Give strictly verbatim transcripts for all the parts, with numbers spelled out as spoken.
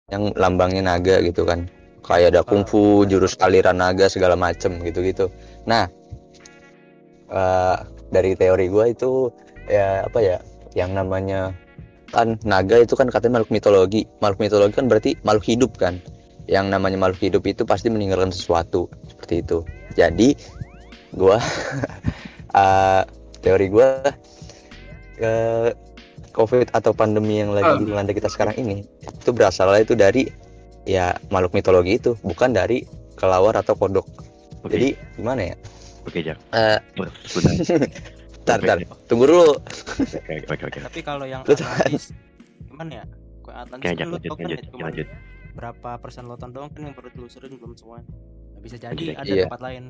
yang lambangnya naga gitu kan. Kayak ada kungfu, jurus aliran naga segala macem gitu-gitu. Nah, uh, dari teori gue itu ya apa ya, yang namanya kan naga itu kan katanya makhluk mitologi. Makhluk mitologi kan berarti makhluk hidup kan. Yang namanya makhluk hidup itu pasti meninggalkan sesuatu seperti itu. Jadi gue uh, teori gue uh, COVID atau pandemi yang lagi melanda kita sekarang ini itu berasalnya itu dari ya makhluk mitologi itu, bukan dari kelawar atau kodok. Okay. Jadi gimana ya? Oke, okay, Jak. Uh, tar, tar. Tunggu dulu. Oke, oke, oke. Tapi kalau yang Atlantis gimana ya? Kok Atlantis okay, kan lu lanjut, tau kan lanjut, ya cuma lanjut. berapa persen lautan doang kan yang perlu telusurin, belum semua. Nah, bisa jadi lanjut, ada iya. tempat lain.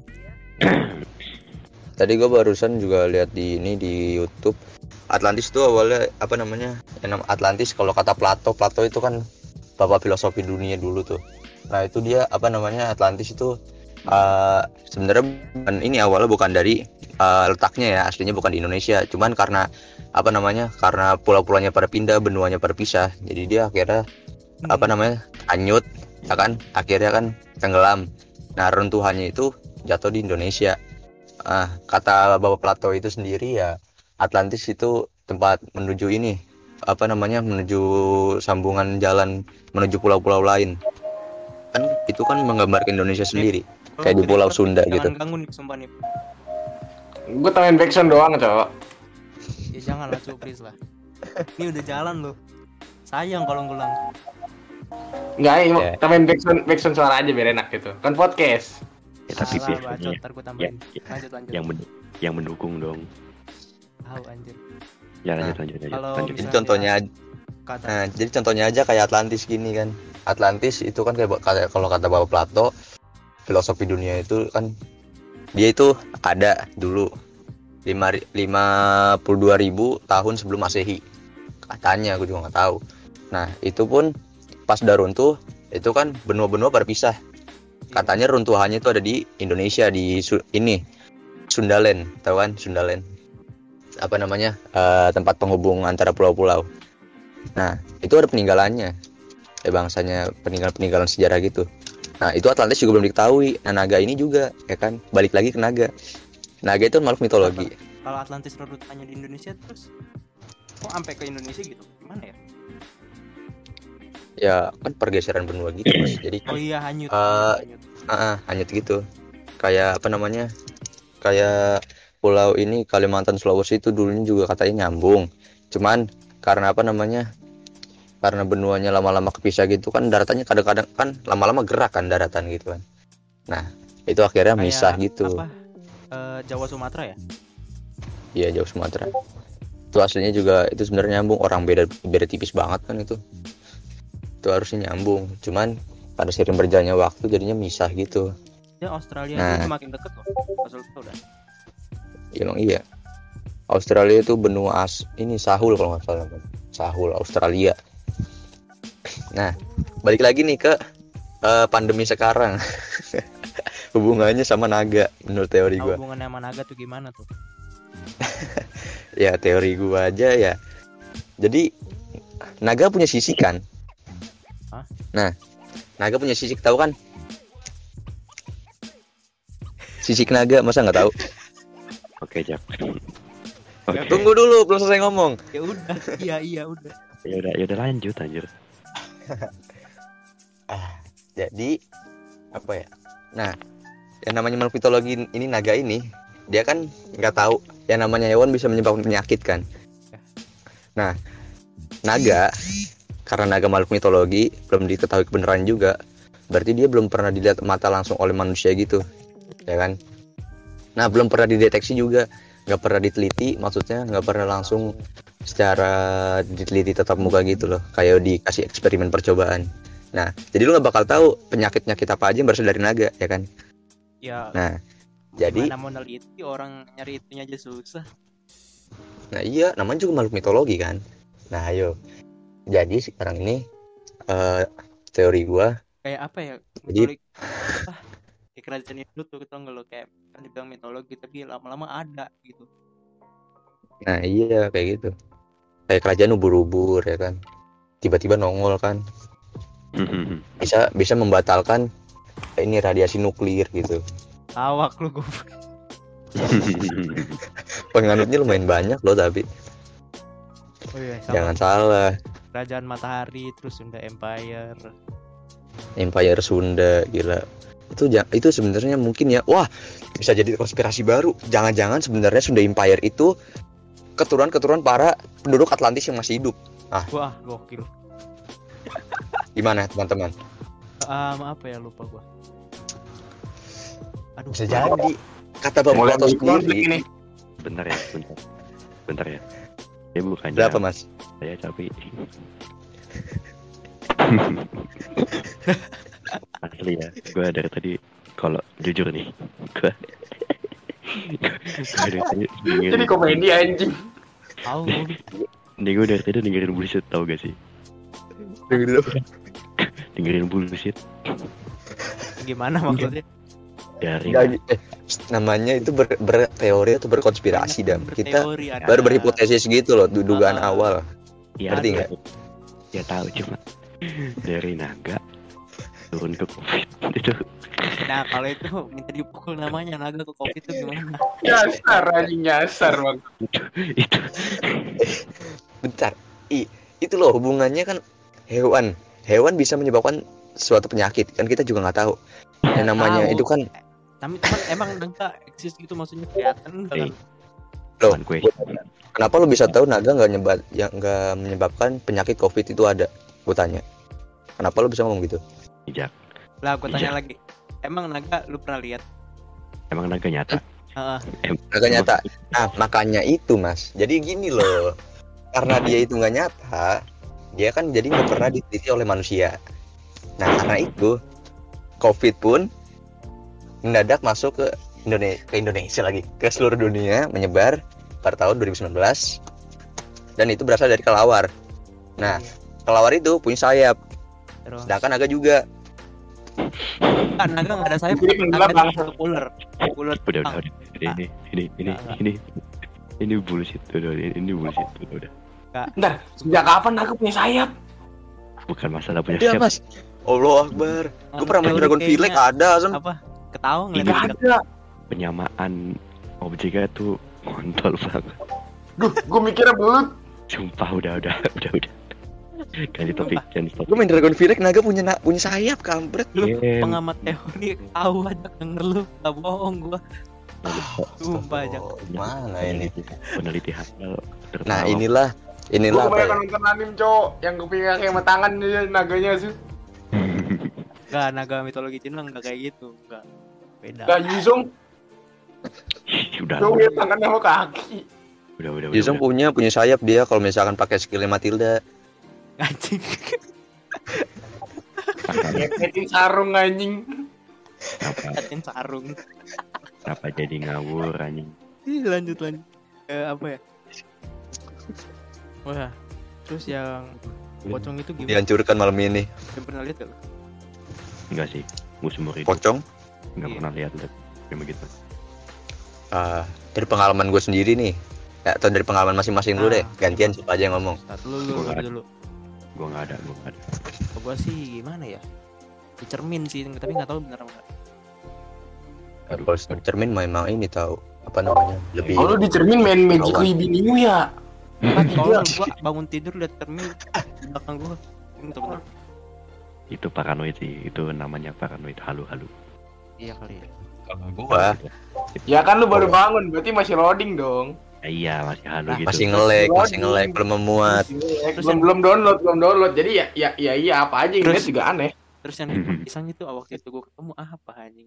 Tadi gue barusan juga lihat di ini di YouTube. Atlantis itu awalnya apa namanya? Yang Atlantis kalau kata Plato, Plato itu kan bapak filosofi dunia dulu tuh. Nah itu dia apa namanya Atlantis itu uh, sebenarnya bukan ini awalnya bukan dari uh, letaknya ya, aslinya bukan di Indonesia. Cuman karena apa namanya? Karena pulau-pulaunya pada pindah, benuanya pada pisah. Jadi dia akhirnya hmm. apa namanya? Hanyut, ya kan? Akhirnya kan tenggelam. Nah runtuhannya itu jatuh di Indonesia. Ah, kata bapak Plato itu sendiri ya. Atlantis itu tempat menuju ini apa namanya menuju sambungan jalan menuju pulau-pulau lain kan itu kan menggambarkan Indonesia sendiri oh, kayak di Pulau Sunda jangan gitu. Jangan ganggu nih sumpah nih. Gue tambahin backsound doang cowok. Ya jangan lah please lah. Ini udah jalan loh. Sayang kalau ngulang. Enggak, yeah. Tambahin backsound backsound suara aja biar enak gitu. Kan podcast. Ya, tapi biasanya ya, ya, lanjut, lanjut. Yang, men- yang mendukung dong. Tahu anjir. Ya lanjut nah, lanjut lanjut. lanjut. Jadi contohnya kata. Nah, jadi contohnya aja kayak Atlantis gini kan. Atlantis itu kan kayak, kayak kalau kata Bapak Plato, filosofi dunia itu kan dia itu ada dulu lima puluh dua ribu tahun sebelum Masehi. Katanya aku juga enggak tahu. Nah, itu pun pas udah runtuh, itu kan benua-benua berpisah. Katanya runtuhannya itu ada di Indonesia di ini Sundaland, tahu kan Sundaland? Apa namanya uh, tempat penghubung antara pulau-pulau. Nah itu ada peninggalannya, eh bangsanya peninggalan-peninggalan sejarah gitu. Nah itu Atlantis juga belum diketahui. Nah naga ini juga, ya kan, balik lagi ke naga. Naga itu makhluk mitologi. Kalau Atlantis runtuhannya di Indonesia terus, kok sampai ke Indonesia gitu? Gimana ya? Ya kan pergeseran benua gitu mas. Jadi oh iya hanyut. Uh, hanyut. Uh, hanyut gitu. Kayak apa namanya? Kayak pulau ini Kalimantan Sulawesi itu dulunya juga katanya nyambung. Cuman karena apa namanya? Karena benuanya lama-lama kepisah gitu kan daratannya kadang-kadang kan lama-lama gerak kan daratan gitu kan. Nah, itu akhirnya kayak misah gitu. Apa? Uh, Jawa Sumatera ya? Iya, Jawa Sumatera. Itu aslinya juga itu sebenarnya nyambung, orang beda beda tipis banget kan itu. Itu harusnya nyambung. Cuman pada seiring berjalannya waktu jadinya misah gitu. Ya Australia nah, itu makin dekat kok. Asal tahu dah. Ya emang iya. Australia itu benua as ini Sahul kalau nggak salah kan. Sahul Australia. Nah, balik lagi nih ke uh, pandemi sekarang. Hubungannya sama naga menurut teori gue. Hubungannya sama naga tuh gimana tuh? Ya teori gue aja ya. Jadi naga punya sisik kan? Hah? Nah, naga punya sisik tahu kan? Sisik naga masa nggak tahu? Oke, Jak. Okay. Tunggu dulu, belum selesai ngomong. Ya udah, iya iya udah. Ya udah, ya udah lanjut anjir. ah, jadi apa ya? Nah, yang namanya makhluk mitologi ini naga ini, dia kan nggak tahu yang namanya hewan bisa menyebabkan penyakit kan. Nah, naga karena naga makhluk mitologi belum diketahui kebenaran juga, berarti dia belum pernah dilihat mata langsung oleh manusia gitu, ya kan? Nah, belum pernah dideteksi juga, nggak pernah diteliti, maksudnya nggak pernah langsung secara diteliti tatap muka gitu loh, kayak dikasih eksperimen percobaan. Nah, jadi lu nggak bakal tahu penyakit-penyakit apa aja yang berasal dari naga, ya kan? Ya. Nah, jadi mana mau neliti orang nyari itunya aja susah. Nah iya, namanya juga makhluk mitologi kan. Nah ayo, jadi sekarang ini uh, teori gua kayak apa ya? Jadi ah, di kerajaan itu tuh kita nggak lo kayak kan dibilang mitologi tapi lama-lama ada gitu. Nah iya kayak gitu. Kayak kerajaan ubur-ubur ya kan. Tiba-tiba nongol kan. bisa bisa membatalkan ini radiasi nuklir gitu. Awak lu gue. Penganutnya lumayan banyak loh tapi Oh iya, sama jangan salah. Kerajaan Matahari, terus Sunda Empire. Empire Sunda gila. Itu ja- itu sebenarnya mungkin ya, wah bisa jadi konspirasi baru. Jangan-jangan sebenarnya Sunda Empire itu keturunan-keturunan para penduduk Atlantis yang masih hidup. Wah, gokil. Gimana teman-teman? Um, apa ya lupa gua. Aduh, Bisa jadi. Kata Bapak Mulai Plato konflik sendiri. ini. Bentar ya, bentar. Bentar ya. Ya bukannya Berapa mas? saya capek. Asli ya, gue dari tadi kalau jujur nih, gue dari tadi Jadi dengerin, komedi anjing. tahu nih gue dari tadi dengerin bullshit, tau gak sih? Dengerin apa? Dengerin bullshit gimana maksudnya? dari Nggak, eh, namanya itu ber, berteori atau berkonspirasi dam. Kita Berteori, ada- baru berhipotesis gitu loh, dugaan Ah. awal. ya, ngerti nggak? Ya tahu cuma dari naga turun ke covid itu Nah kalau itu minta dipukul namanya naga ke covid itu gimana? Nyasar anjing, nyasar bang. itu itu Bentar, i itu loh hubungannya kan hewan, hewan bisa menyebabkan suatu penyakit kan kita juga nggak tahu. Yang namanya Tahu. itu kan Tapi teman emang naga eksis gitu maksudnya kelihatan Eh, kan? loh. bukan gue Kenapa lo bisa tahu naga nggak nyebab yang nggak menyebabkan penyakit covid itu ada? Gue tanya. Kenapa lo bisa ngomong gitu? bijak. Lah gue tanya Iya. lagi. Emang naga lu pernah lihat? Emang naga nyata. Heeh. Em, Naga nyata. Nah makanya itu mas. Jadi gini loh. Karena dia itu nggak nyata, dia kan jadi nggak pernah diteliti oleh manusia. Nah karena itu, COVID pun mendadak masuk ke Indonesia, ke Indonesia lagi, ke seluruh dunia, menyebar pada tahun dua ribu sembilan belas. Dan itu berasal dari kelawar. Nah, kelawar itu punya sayap, Terus sedangkan naga juga. kan naga nggak ada sayap. Jadi Naga pengelap itu satu ular. Ular. udah Ah, udah udah ini ini ini Enggak, ini ini bullshit udah ini, ini bullshit udah udah Bentar, sejak kapan naga punya sayap? bukan masalah punya Iya siap. mas. Allah Akbar. Gue pernah main Teori Dragon kayaknya Village ada, Sam. Apa? Ketawa Ini ngeliat Gak ada. Penyamaan objeknya tuh kontol banget. Duh, gue mikirnya belut. Sumpah udah udah udah udah. Ganti topik, ganti topik. Gue main Dragon Village naga punya na- punya sayap kampret. lu Game. pengamat teori tahu aja denger lu nggak bohong gua. Sumpah aja. Mana ini? Peneliti, peneliti halal. Nah inilah inilah Gue apa ya? kebanyakan nonton anime cowok yang gue pengen kayak sama tangan dia naganya sih. Enggak, naga mitologi Cina enggak kayak gitu, enggak. Beda. Gak Yuzong, udah, cowok udah, ya tangannya sama kaki. udah, udah, Jisung udah. punya punya sayap dia kalau misalkan pakai skillnya Matilda. Anjing. Ngepetin sarung anjing. Kenapa, Katin sarung. kenapa jadi ngawur anjing? Ih, lanjut lanjut. Eh, apa ya? Wah. Terus yang pocong itu gimana? Dihancurkan malam ini. Yang pernah lihat gak? Enggak sih, musuh murid Pocong. nggak Iya. pernah lihat lihat kayak begitu. Ah, dari pengalaman gue sendiri nih. Ya, atau dari pengalaman masing-masing dulu Ah. deh. Gantian siapa aja yang ngomong. Start lu lu, Gua lu nggak dulu. Gua nggak ada, gua nggak ada. Kalau gua sih gimana ya? Di cermin sih, tapi nggak tahu benar apa enggak. Ya, kalau cermin memang ini tahu apa namanya lebih. Oh, lu di cermin main Magic Awan. Libiniu ya? Kalau gua bangun tidur lihat cermin di belakang gua. Bentar, bentar. Itu paranoid sih, itu namanya paranoid halu-halu. Iya kali ya. Kalau gua Ya kan lu baru bangun, berarti masih loading dong. Ah, iya masih halu Nah, gitu. masih nge-lag, masih nge-lag belum memuat. Terus belum yang- belum download, belum download. Jadi ya ya ya iya apa aja yang Terus- lihat juga aneh. Terus yang di pisang itu ah, waktu itu gua ketemu apa anjing?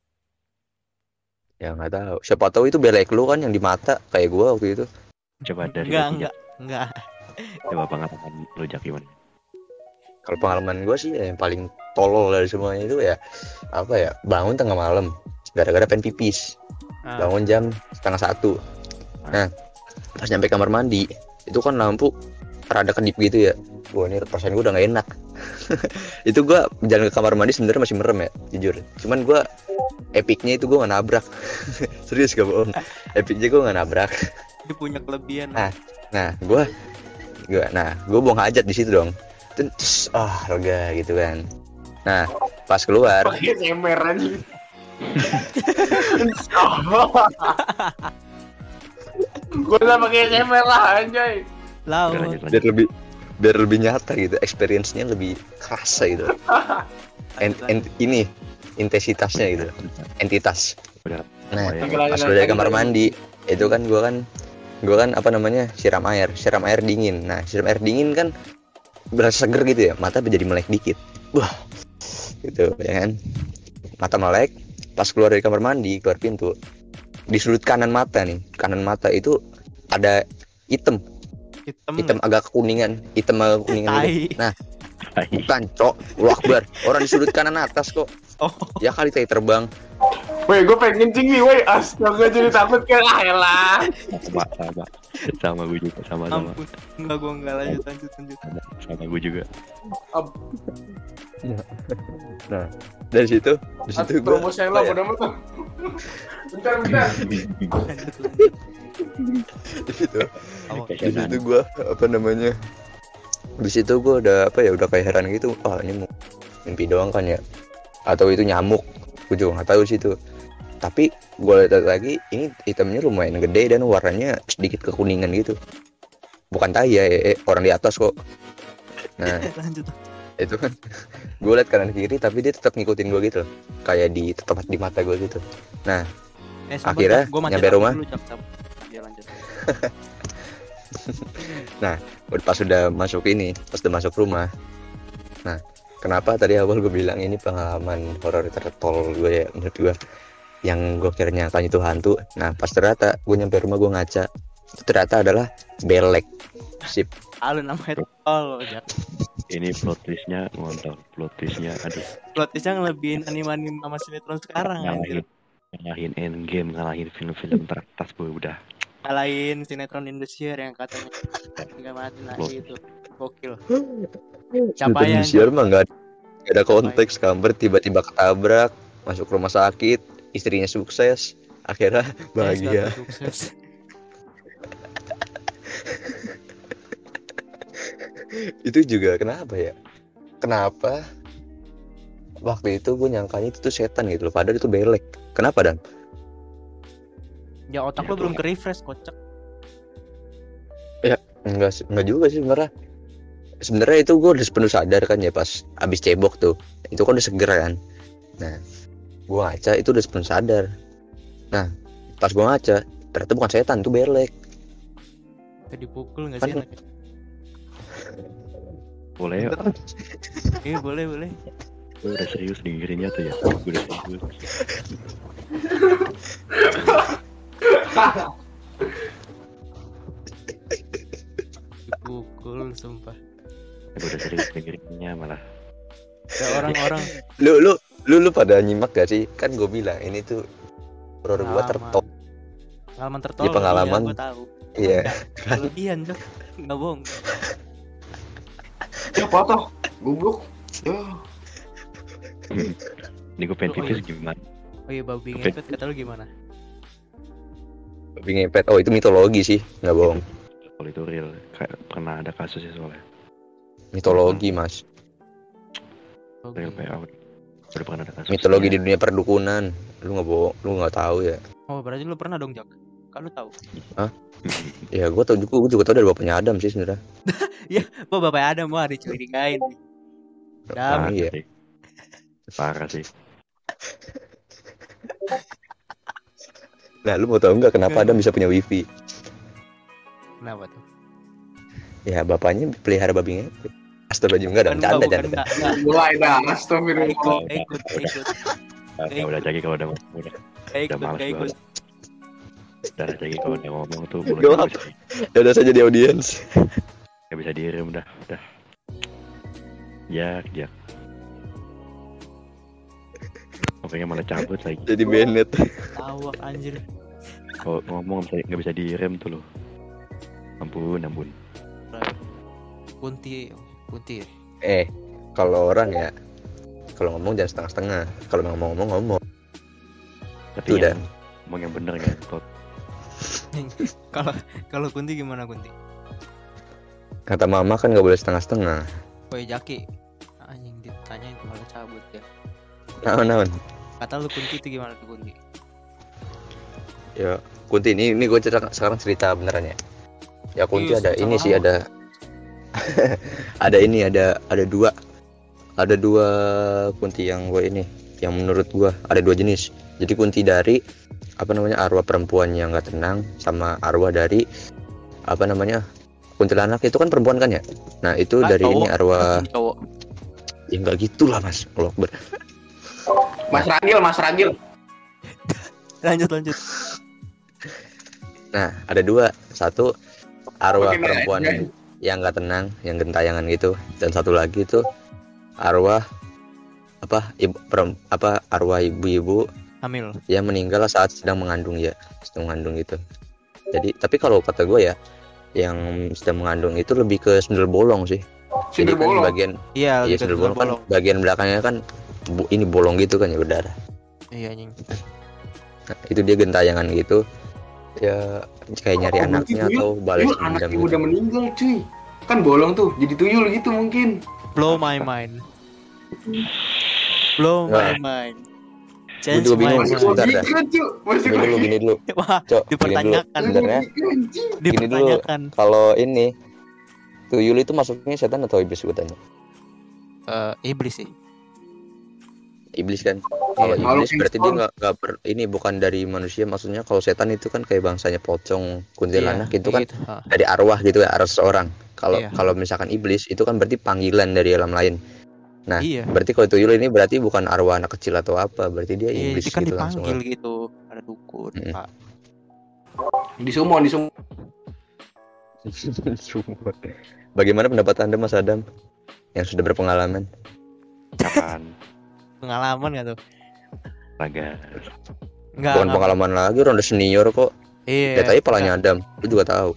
Ya nggak tahu. Siapa tahu itu belek lu kan yang di mata kayak gua waktu itu. Coba dari Enggak, lu, enggak, enggak. Jak. Coba pengalaman lu Jak gimana? Kalau pengalaman gua sih ya, yang paling tolol dari semuanya itu ya apa ya bangun tengah malam gara-gara pengen pipis. Ah, Bangun jam setengah satu. Nah pas nyampe kamar mandi itu kan lampu rada kedip gitu ya. Wah ini perasaan gue udah gak enak. Itu gue jalan ke kamar mandi sebenarnya masih merem ya jujur. Cuman gue epicnya itu gue gak nabrak. Serius gak bohong. Epicnya gue gak nabrak. dia punya kelebihan. Ah. Nah gue gue nah gue buang hajat di situ dong. terus ah lega gitu kan. Nah pas keluar Pakai semer aja. Gue udah pakai semer lah anjay. Udah, Laut. lanjut, lanjut. biar lebih biar lebih nyata gitu, experience-nya lebih kerasa gitu. En, en, ini intensitasnya gitu, entitas. Udah. Nah Oh, ya. pas udah dari kamar mandi itu kan gue kan gue kan apa namanya siram air siram air dingin. Nah siram air dingin kan berasa seger gitu ya, mata jadi melek dikit. Wah gitu ya kan, mata melek. Pas keluar dari kamar mandi, keluar pintu, di sudut kanan mata nih, kanan mata itu ada hitam Hitam. hitam agak kekuningan, hitam agak kekuningan gitu. Tai. Nah bukan cok, Allahu Akbar, orang di sudut kanan atas kok. Oh. Ya kali tai terbang. Woi, gue pengen kencing nih, woi. Astaga, jadi takut kan. Ah, elah. Sama, sama. Sama gue juga, sama-sama. Ampun. Enggak, gua enggak lanjut lanjut lanjut. Sama, sama gue juga. Nah dari situ di situ gue Promosi lo, bodo amat. Bentar, bentar. Lanjut lanjut. di situ Oh, di situ gue apa namanya di situ gue udah apa ya udah kayak heran gitu, ah ini mau mimpi doang kan ya atau itu nyamuk, gue juga nggak tahu sih itu. Tapi gue lihat lagi ini hitamnya lumayan gede dan warnanya sedikit kekuningan gitu, bukan tai ya, eh, eh, orang di atas kok. Nah lanjut. itu kan gue liat kanan kiri tapi dia tetap ngikutin gue gitu, kayak di tetap di mata gue gitu. Nah Eh, sumpah, Akhirnya, gua macet nyampe lagi rumah. dulu, cap, cap. Ya, lanjut. udah pas udah masuk ini, pas udah masuk rumah. Nah kenapa tadi awal gue bilang ini pengalaman horor tertol gue ya, menurut gue yang gue kira nyatanya itu hantu. Nah pas ternyata gue nyampe rumah gue ngaca, itu ternyata adalah belek. Sip. Ah, lu namanya tol, ya. Ini plot twistnya ngontor, plot twistnya aduh. Plot twist-nya ngelebihin anime-anime sama sinetron sekarang Ngalahin, anjir. ngalahin Endgame, ngalahin film-film teratas boy udah. Kalahin sinetron Indosiar yang katanya enggak mati lagi itu. Gokil. Siapa yang Indosiar mah nggak nggak ada konteks, kamber tiba-tiba ketabrak, masuk rumah sakit, istrinya sukses, akhirnya bahagia. sukses. Itu juga kenapa ya? Kenapa waktu itu gue nyangkanya itu tuh setan gitu loh, padahal itu belek. Kenapa Dan? Ya otak Ya, lu belum tuh. ke refresh, kocak. Enggak sih- enggak juga sih sebenarnya. Sebenarnya itu gue udah sepenuh sadar kan ya pas abis cebok tuh, itu kan udah seger kan. Nah gue ngaca itu udah sepenuh sadar. Nah pas gue ngaca ternyata bukan setan, tuh belek. Kayak dipukul enggak sih Kan- anaknya? Boleh yuk, Iya, boleh, boleh. gue udah serius dengerinnya tuh ya. Gue udah serius. Dipukul sumpah. Gue udah serius dengerinnya malah. Ya orang-orang Lu lu lu lu pada nyimak gak sih? Kan gue bilang ini tuh horor gue Pengalaman. tertop. pengalaman tertol. Iya, pengalaman. Iya, gua tahu. Iya. Kelebihan, Cok. Enggak bohong. Ya, foto. Gublok. Ya. Ini gue pengen pipis gimana? Oh iya, babi Oke. ngepet kata lu gimana? Babi ngepet. Oh itu mitologi sih, nggak bohong. Kalau itu real, kayak pernah ada kasusnya soalnya. Mitologi mas. Oke. Real P A udah pernah ada kasus. Mitologi di dunia perdukunan. Lu nggak bohong, lu nggak tahu ya? Oh, berarti lu pernah dong, Jak? Kan lu tahu. Ya gue tau juga, gue juga tau dari bapaknya Adam sih sebenarnya. Gua bapak Adam mah dicurigain. Ah, Adam. iya. sih. Parah sih. Nah lu mau tau nggak kenapa Adam bisa punya wifi? Kenapa tuh? Ya bapaknya pelihara babi ngepet. Astagfirullah, enggak dong, Bukan, canda bukan, canda. enggak, enggak. Mulai dah. Ikut, Astagfirullah. ikut, ikut. Nah, udah jadi kalau udah udah Ikut, udah males ikut. banget. Udah jadi kalau udah ngomong tuh Gak mulutnya apa. nggak bisa, Dadah saja di audiens. nggak bisa direm udah, udah. Ya, ya. Pokoknya malah cabut lagi. Jadi Bennett. Awak anjir. Kalau ngomong bisa- nggak bisa direm tuh loh. Ampun, ampun. Kunti, kunti. Eh kalau orang ya, kalau ngomong jangan setengah-setengah. Kalau mau ngomong ngomong. Tapi Itu yang ngomong yang bener kan, Tot. Kalau kalau kunti gimana kunti? Kata mama kan nggak boleh setengah-setengah. Woi Jaki, anjing ditanyain malah cabut ya. Naon-naon. Kata lu Kunti itu gimana tuh Kunti? Ya, Kunti ini ini gue cerita sekarang cerita beneran ya. Ya Kunti Iya, ada sama ini sih lama. ada ada ini ada ada dua ada dua Kunti yang gue ini yang menurut gue ada dua jenis. Jadi Kunti dari apa namanya arwah perempuan yang nggak tenang sama arwah dari apa namanya kuntilanak itu kan perempuan kan ya. Nah itu Ah, dari cowok. ini arwah Cowok. ya nggak gitulah mas. Allah Akbar. Mas Ragil, Mas Ragil. Lanjut lanjut. Nah ada dua, satu arwah Oke, perempuan Mas. yang nggak tenang, yang gentayangan gitu, dan satu lagi itu arwah apa ibu perem, apa arwah ibu-ibu Hamil. yang meninggal saat sedang mengandung ya, sedang mengandung gitu. Jadi tapi kalau kata gue ya, yang sedang mengandung itu lebih ke sendal bolong sih. Jadi Sindel kan bolong. bagian Iya, iya lebih ke sendal bolong kan bolong. bagian belakangnya kan bu, ini bolong gitu kan ya berdarah. Iya anjing. Nah, itu dia gentayangan gitu. Ya kayak nyari Oh, anaknya mungkin atau balas Tuyul anak dendam ibu gitu. udah meninggal cuy. Kan bolong tuh, jadi tuyul gitu mungkin. Blow my mind. Blow my Nah. mind. Gua Change juga my bingung Masih sih, mind. sebentar dah. logika cuy. Masih Gini dulu, gini dulu. Wah, Cok, gini dulu. dipertanyakan. Sebenarnya anjing. gini dulu. Dipertanyakan. Kalau ini tuyul itu masuknya setan atau iblis gue tanya? Eh, iblis sih. Iblis kan. Kalau Iya, iblis makhluk berarti dia yang nggak nggak ber- ini bukan dari manusia, maksudnya kalau setan itu kan kayak bangsanya pocong, kuntilanak Iya, itu kan gitu. Ah, dari arwah gitu ya, arwah seseorang. Kalau Iya. kalau misalkan iblis itu kan berarti panggilan dari alam lain. Nah, Iya. berarti kalau tuyul ini berarti bukan arwah anak kecil atau apa, berarti dia Iya, iblis itu kan gitu langsung. dipanggil gitu. Ada dukun, Mm-mm. Pak. Di Sumo, di Sumo. Sumpah. Bagaimana pendapat Anda Mas Adam yang sudah berpengalaman? Kapan? Pengalaman gak tuh? Laga. Enggak. Bukan pengalaman lagi, ronde senior kok. Iya. Lihat aja palanya Adam, lu juga tahu.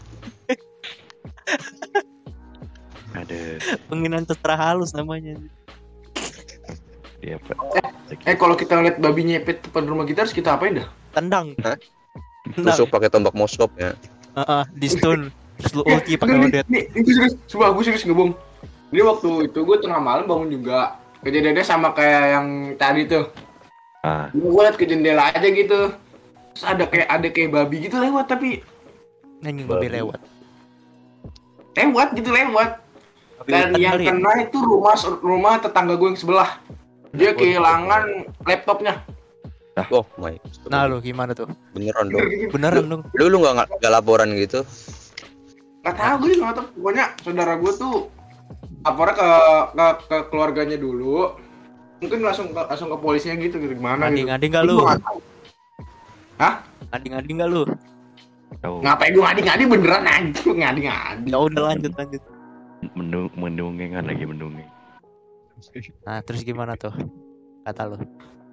Ada Penghinaan citra halus namanya. dia apa? Eh kalau kita ngeliat babi nyepet depan rumah kita harus kita apain dah? Tendang. Hah? Tendang. Tusuk pakai tombak moskop ya. Heeh, di stun. Terus lu ulti pakai nih, odet. nih, itu serius, sumpah gue serius ngebong. Ini waktu itu gue tengah malam bangun juga. Kejadiannya sama kayak yang tadi tuh. Ah, Gue liat ke jendela aja gitu. Terus ada kayak ada kayak babi gitu lewat tapi Anjing babi Babi. lewat. lewat gitu lewat. Babi Dan hutan yang kali ya? kena itu rumah rumah tetangga gue yang sebelah. Dia kehilangan laptopnya. Oh my. Nah lu gimana tuh? Beneran dong. Beneran dong. Lu lu nggak nggak laporan gitu? Gak tahu gue juga gak tahu. Pokoknya saudara gue tuh lapornya ke, ke ke keluarganya dulu. Mungkin langsung ke, langsung ke polisinya gitu gitu gimana gitu. Ngadi-ngadi nggak lu? Gua nggak tahu. Hah? Ngadi-ngadi nggak lu? tahu Ngapain gue ngadi-ngadi beneran anjing ngadi-ngadi. Ya udah lanjut lanjut. mendung mendungengan lagi mendungeng. Nah terus gimana tuh? Kata lu.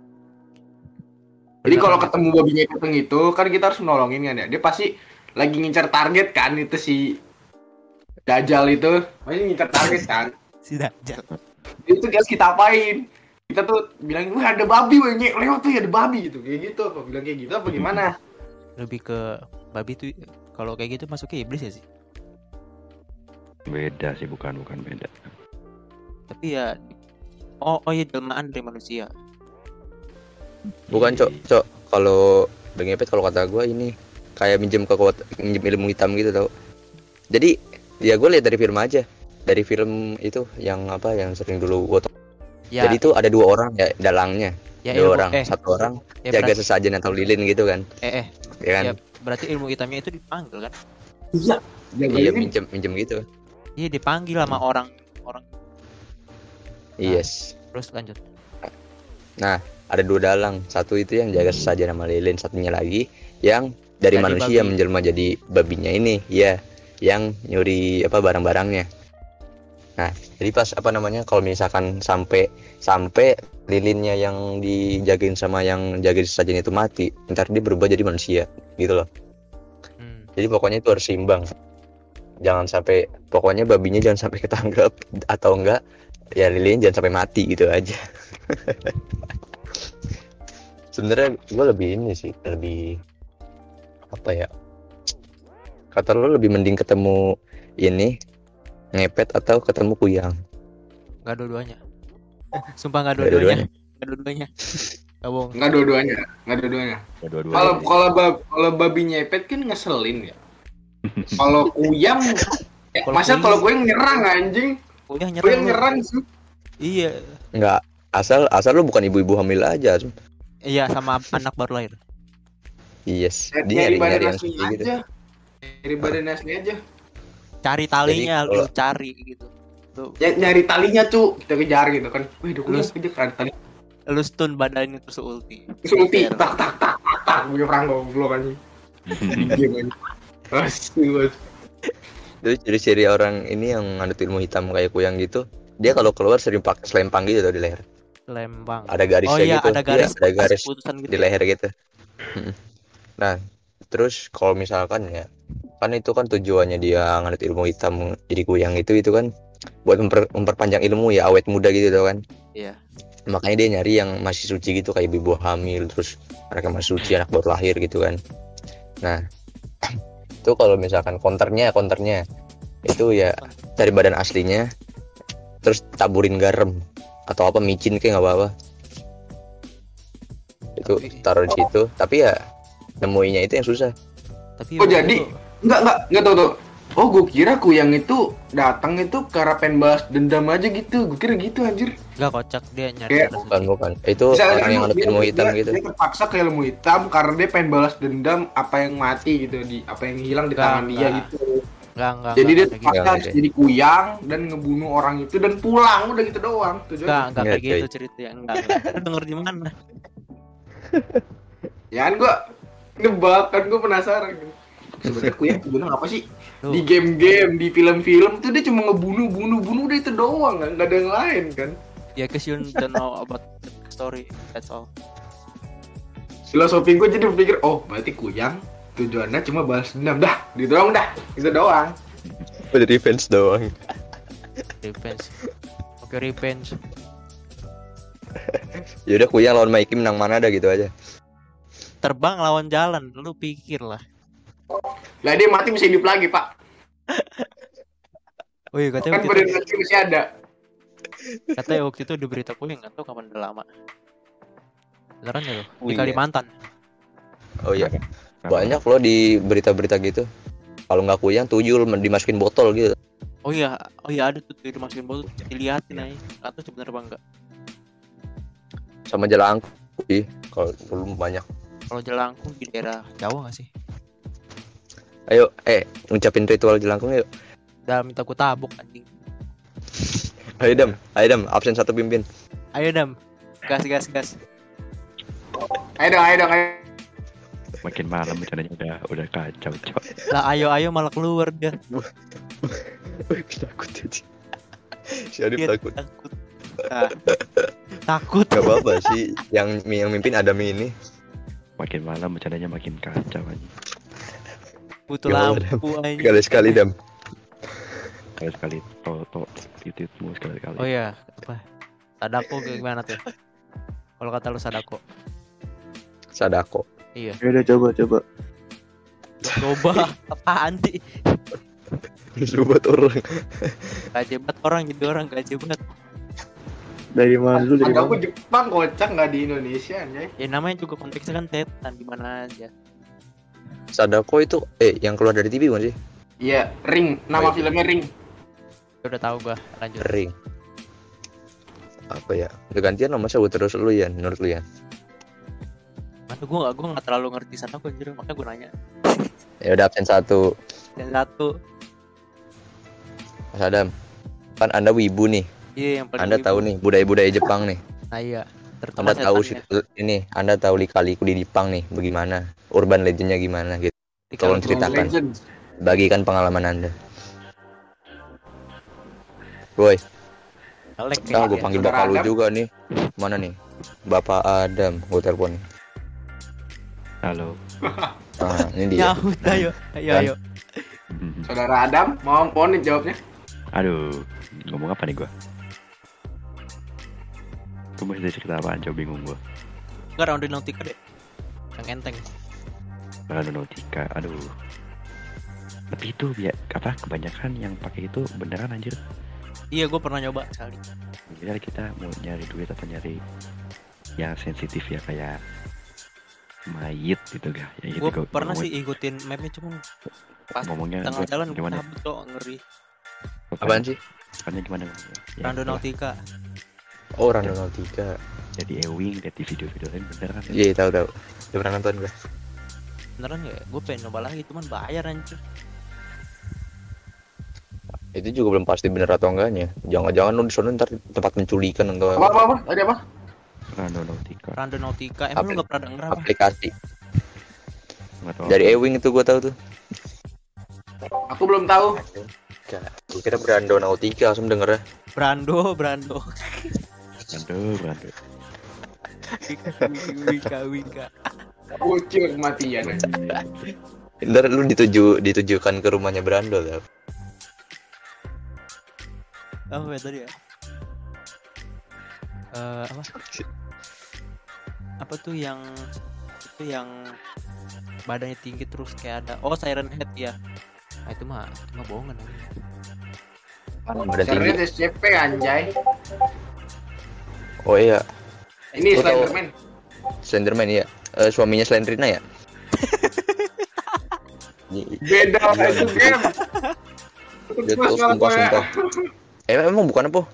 Jadi Beneran. kalau ketemu babi ngepet itu kan kita harus menolongin kan ya. Dia pasti lagi ngincar target kan itu si Dajjal itu. Pasti ngincar target kan. Si Dajjal. Itu guys kita apain? Kita tuh bilang, wah ada babi weh nyek lewat tuh ya ada babi gitu. Kayak gitu apa bilang kayak gitu apa gimana? Lebih ke babi tuh kalau kayak gitu masuknya iblis ya sih. Beda sih, bukan bukan beda. Tapi ya oh oh iya jelmaan dari manusia. Bukan cok, cok. Kalau bengepet kalau kata gue ini kayak minjem kekuatan, minjem ilmu hitam gitu tau. Jadi ya gue lihat dari film aja, dari film itu yang apa yang sering dulu gue tonton. Ya, Jadi itu ada dua orang ya dalangnya, ya dua ilmu- orang, eh, satu orang eh, jaga berarti, sesajen atau lilin gitu kan, eh eh ya kan? ya, berarti ilmu hitamnya itu dipanggil kan? Iya. Iya minjem minjem gitu. Iya dipanggil sama orang orang Yes. terus lanjut. Nah ada dua dalang, satu itu yang jaga sesajen sama lilin, satunya lagi yang dari Jadi manusia babi. menjelma jadi babinya ini, ya, yang nyuri apa barang-barangnya. Nah, jadi pas apa namanya kalau misalkan sampai sampai lilinnya yang dijagain sama yang jaga sesajen itu mati, ntar dia berubah jadi manusia, gitu loh. Hmm. Jadi pokoknya itu harus seimbang. Jangan sampai pokoknya babinya jangan sampai ketangkep atau enggak ya lilinnya jangan sampai mati gitu aja. Sebenarnya gue lebih ini sih, lebih apa ya? Kata lo lebih mending ketemu ini ngepet atau ketemu kuyang. Enggak dua-duanya. Sumpah enggak Nggak dua-duanya. Enggak dua-duanya. Enggak bohong. Nggak dua-duanya, nggak dua-duanya. Dua-dua. Kalau kalau bab- kalau babi nyepet kan ngeselin ya. Kalau kuyang, ya, Kalau masa kuyang- kalau kuyang nyerang anjing? Kuyang nyerang. Kuyang lu. nyerang sih. Iya. Enggak, asal asal lu bukan ibu-ibu hamil aja. Asum. Iya sama anak baru lahir. Yes, Nyari dia nyari badan nyari yang asli seperti gitu. aja. Nyari badan asli aja. Cari talinya, Jadi, lu kalau- cari gitu. Tuh, Ny- nyari talinya tuh, kita kejar gitu kan. Wih, udah kuyang Terus- kejar kan tali. lu stun badannya terus ulti. Terus ulti, tak tak tak tak tak, gue perang goblok anjing. Diam anjing. Asyik. Terus ciri-ciri orang ini yang nganut ilmu hitam kayak kuyang gitu, dia kalau keluar sering pakai selempang gitu tuh di leher. Lembang. Ada garisnya Oh iya, gitu. ada garis, Iya, ada garis putusan gitu. di leher gitu. Mm. Nah, terus kalau misalkan ya, kan itu kan tujuannya dia nganut ilmu hitam jadi kuyang itu itu kan buat memper- memperpanjang ilmu ya, awet muda gitu tuh kan. Iya. Makanya dia nyari yang masih suci gitu kayak ibu hamil, terus mereka masih suci anak baru lahir gitu kan. Nah, itu kalau misalkan counternya counternya itu ya cari badan aslinya, terus taburin garam atau apa micin kayak nggak apa-apa. Itu Tapi- taruh di situ, tapi ya nemuinya itu yang susah. Tapi Oh, waktu jadi? itu- Enggak enggak enggak tahu tuh. Oh, gue kira kuyang itu datang itu karena pengen balas dendam aja gitu. Gue kira gitu anjir. enggak kocak dia nyari Kayak- badan Bukan suci. bukan, itu Misalnya orang yang nganut dia- ilmu hitam dia- gitu. Dia terpaksa ke ilmu hitam karena dia pengen balas dendam apa yang mati gitu di apa yang hilang di Enggak, tangan dia enggak. gitu. Enggak, enggak. Jadi dia enggak, terpaksa Enggak, harus enggak. jadi kuyang dan ngebunuh orang itu dan pulang udah gitu doang enggak, tujuannya. enggak Enggak, kayak gitu coy. ceritanya. Enggak. enggak. Lu denger di mana? Ya kan gua nebak kan gua penasaran. Sebenarnya kuyang tujuannya apa sih? Tuh. Di game-game, di film-film tuh dia cuma ngebunuh, bunuh, bunuh udah itu doang kan, nggak ada yang lain kan. Ya cause you don't know about the story. That's all. Filosofi gue jadi berpikir, oh berarti kuyang tujuannya cuma balas dendam dah, gitu doang dah, itu doang. Udah revenge doang. Revenge. Oke, revenge. Ya udah kuyang lawan Mikey menang mana ada gitu aja. Terbang lawan jalan, lu pikir lah. Lah dia mati bisa hidup lagi pak, Oh iya, katanya kan waktu badan itu, kecil masih ada. katanya waktu itu udah berita kuning, nggak tahu kapan udah lama. Beneran ya lo? Oh Di iya. Kalimantan. Oh iya, banyak loh di berita-berita gitu. Kalau nggak kuyang tuyul dimasukin botol gitu. Oh iya, oh iya ada tuh dimasukin botol, diliatin aja. Nggak tahu sebenarnya apa enggak. Sama jelangkung sih, kalau belum banyak. Kalau jelangkung di daerah Jawa nggak sih? Ayo, eh ngucapin ritual jelangkung yuk. Udah minta ku tabuk anjing. Ayo Dam, ayo Dam, absen satu pimpin. Ayo Dam, gas gas gas. Ayo dong, ayo dong, ayo. Makin malam rencananya udah udah kacau, cok. Lah ayo ayo malah keluar dia. Wih, takut aja. Si Adip Dia takut. takut. Nah, takut. Gak apa-apa sih, yang yang mimpin Adam ini. Makin malam rencananya makin kacau aja. Butuh Gak apa-apa, lampu aja. Sekali-sekali Dam. Sekali sekali foto titikmu sekali kali. Oh iya, apa? Sadako gimana tuh? Kalau kata lu sadako. Sadako. Iya. Ya udah coba coba. Coba apaan sih? Sobat orang. Gak jebat orang jadi orang gak jebat. Dari mana dulu dari Ada mana? aku Jepang kocak nggak di Indonesia anjay. Ya namanya juga konteksnya kan setan di mana aja. Sadako itu eh yang keluar dari T V bukan sih? Iya, Ring, nama Baik. filmnya Ring. Udah tahu gua, lanjut. Ring. Apa ya? Gantian nama sebut terus lu ya, menurut lu ya. Mana gua gak, gua gak terlalu ngerti sana gua anjir, makanya gua nanya. Ya udah absen satu. Dan satu, Mas Adam. Kan Anda wibu nih. iya yang paling Anda wibu. tahu nih budaya-budaya Jepang nih. Nah iya, terutama Anda tahu setannya. sih ini, Anda tahu lika-liku di Jepang nih bagaimana? Urban legendnya gimana gitu. Di tolong Kalimantan. ceritakan. Legend. Bagikan pengalaman Anda. Boy, Elek nah, gue kayaknya. panggil Saudara bapak lu Adam. juga nih. Mana nih? Bapak Adam, gue telepon nih. Halo. Nah, ini dia. Nyaut, ayo, ayo, Dan- ayo. Saudara Adam, mau mohon nih jawabnya. Aduh, ngomong apa nih gua? Gua masih cerita apaan, coba bingung gua. Enggak round nautika deh. Yang enteng. Lalu Nautica, aduh. Tapi itu ya apa kebanyakan yang pakai itu beneran anjir. Iya, gue pernah nyoba sekali. Jadi kita mau nyari duit atau nyari yang sensitif ya kayak mayit gitu ga? Ya, gitu, Gue gua- pernah gua sih ikutin mapnya, cuma pas ngomongnya tengah gua- jalan gue gimana? kabut kok, ngeri. Apaan? Apaan sih? Apanya gimana? Ya, Rando itulah. Nautica. Oh, Rando Nautica. Jadi Ewing lihat di video-video lain bener kan? Iya, tahu tahu. Udah pernah nonton gua. Beneran ya? Gue pengen nyoba lagi, cuman bayar anjir. Itu juga belum pasti bener atau enggaknya. Jangan-jangan lu di sana ntar tempat penculikan atau Apa apa apa? Ada apa? Rando Nautica. Rando Nautica, emang lu Apli- gak pernah denger apa? aplikasi. Nggak tahu Dari apa. Ewing itu gua tahu tuh. Aku belum tahu. Gue kira Rando Nautica langsung denger ya. Brando, Brando. Rando, Rando. Wika, Wika. Bocil kematian. Ntar lu dituju ditujukan ke rumahnya Brando tau. Apa ya tadi ya? Eh apa? Apa tuh yang itu yang badannya tinggi terus kayak ada oh Siren Head ya. Nah, itu mah itu mah bohongan namanya. Badan tinggi. Caranya S C P anjay. Oh iya, Ini Gua tahu. Slenderman. Slenderman ya. Eh, suaminya Slendrina ya? Ini- Beda Iya, itu game. Dia tuh sumpah sumpah. Eh emang bukan apa?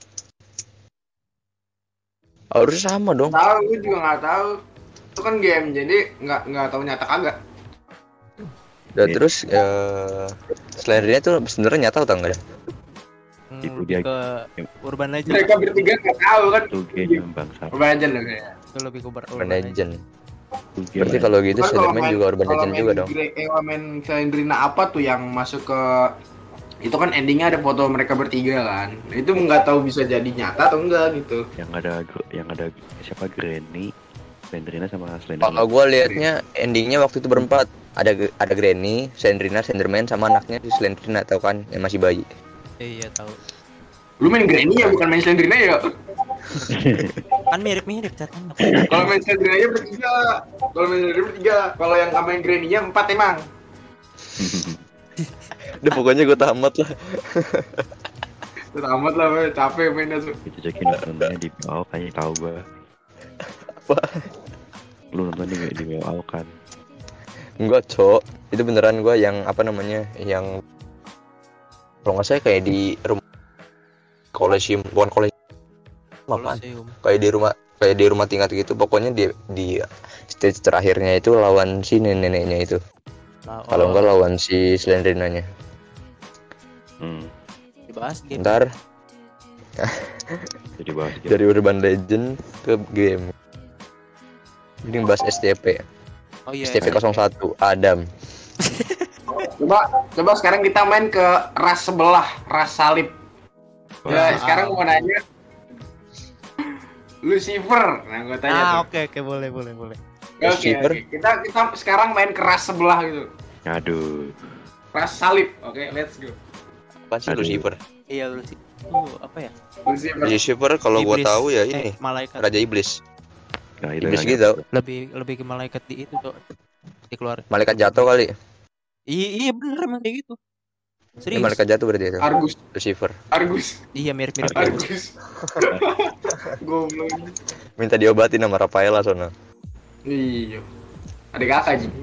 Harusnya sama dong. Tahu, gue juga nggak tahu. Itu kan game, jadi nggak nggak tahu nyata kagak. Dan terus eh Slendrina tuh sebenarnya nyata atau enggak? Hmm, Itu lebih dia. ke Urban Legend. Mereka bertiga nggak tahu kan. Itu game bangsa. Urban Legend loh kayaknya. Itu lebih ke Urban, Urban Legend. Legend. Itu game Berarti lah. kalau gitu Kan kalau Slenderman main- juga Urban kalau Legend main juga dong. Gre- Eh, main Slendrina apa tuh yang masuk ke itu kan endingnya ada foto mereka bertiga kan. Nah, itu nggak tahu bisa jadi nyata atau enggak gitu. yang ada gr- yang ada siapa Granny, Slendrina sama Slender. Kalau gua liatnya endingnya waktu itu berempat. Ada ada Granny, Slendrina, Slenderman sama anaknya si Slendrina tau kan yang masih bayi. Eh, iya tahu. Lu main Granny ya bukan main Slendrina ya? Kan mirip-mirip catanya. Kalau main Slendrina nya bertiga. Kalau main Slendrina bertiga. Kalau yang main Granny nya empat emang. Udah pokoknya gua tamat lah. Terus amat lah, we. Capek mainnya tuh. Dicekin nontonnya di W O A kayaknya tahu gua. Apa? Lu nonton di di W O A kan. Enggak, Cok. Itu beneran gua yang apa namanya? Yang kalau nggak salah kayak di rumah Colosseum, bukan Colosseum. Apaan? Colosseum. Kayak di rumah kayak di rumah tingkat gitu. Pokoknya di di stage terakhirnya itu lawan si nenek-neneknya itu. Nah, Kalau oh, enggak lawan si Slendrinanya. Hmm. dibahas game. Ntar Jadi bahas game. dari Urban Legend ke game. Ini bahas S T P. Oh iya. S T P nol satu Adam. Coba coba sekarang kita main ke ras sebelah, ras salib. Wah, Ya, sekarang gua mau nanya Lucifer. Nah, gua tanya Ah, tuh. oke oke boleh boleh boleh. Oke, Lucifer. oke. Kita kita sekarang main ke ras sebelah gitu. aduh. Ras salib. Oke, let's go. Apa sih Aduh. Lucifer? Iya lu sih. Oh, apa ya? Lucifer. Lucifer kalau gua Iblis. tahu ya Eh, ini malaikat. Raja Iblis. Nah, itu Iblis kan. gitu. Lebih lebih ke malaikat di itu tuh. Dikeluar. Malaikat jatuh kali. Iya, iya bener emang kayak gitu. Eh, Serius. malaikat jatuh berarti itu. Argus, Lucifer. Argus, Iya mirip-mirip. Argus. Goblok. Minta diobatin sama Rafaela sono. Iya. Adik kakak Ji.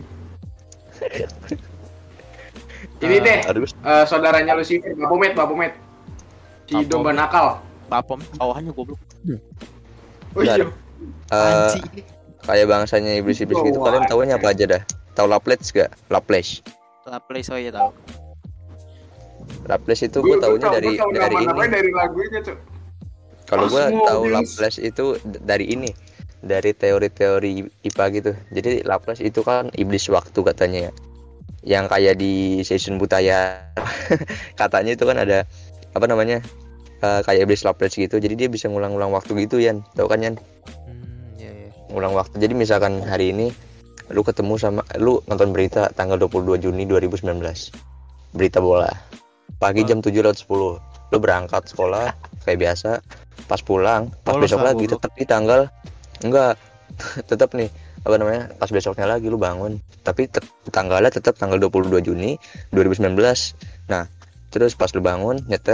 Ini Ah, deh, Argus. eh, saudaranya Lucifer, Baphomet, Baphomet. Si Baphomet. domba nakal. Bapom bawahannya goblok. Oh iya. Bentar. Eh, Anjing. kayak bangsanya iblis-iblis gitu. Oh, Kalian tahunya apa aja dah? Tahu Laplace gak? Laplace. Laplace oh iya tahu. Laplace itu gue taunya tau- dari gua tau dari nama-namanya ini. dari lagunya, Cuk. Kalau gue Cosmos. tahu Laplace itu d- dari ini, dari teori-teori I P A gitu. Jadi Laplace itu kan iblis waktu katanya ya. Yang kayak di Season Butaya katanya itu kan ada apa namanya? eh, kayak iblis Laplace gitu. Jadi dia bisa ngulang-ulang waktu gitu Yan. Tahu kan Yan? Hmm, iya iya. Ngulang waktu. Jadi misalkan hari ini lu ketemu sama lu nonton berita tanggal dua puluh dua Juni dua ribu sembilan belas. Berita bola. Pagi Oh. jam tujuh lewat sepuluh. Lu berangkat sekolah kayak biasa. Pas pulang, pas Bolos besok lah, lagi goblok. tetap di tanggal enggak tetap nih apa namanya? Pas besoknya lagi lu bangun, tapi tet- tanggalnya tetap tanggal dua puluh dua Juni dua ribu sembilan belas. Nah, terus pas lu bangun nyetel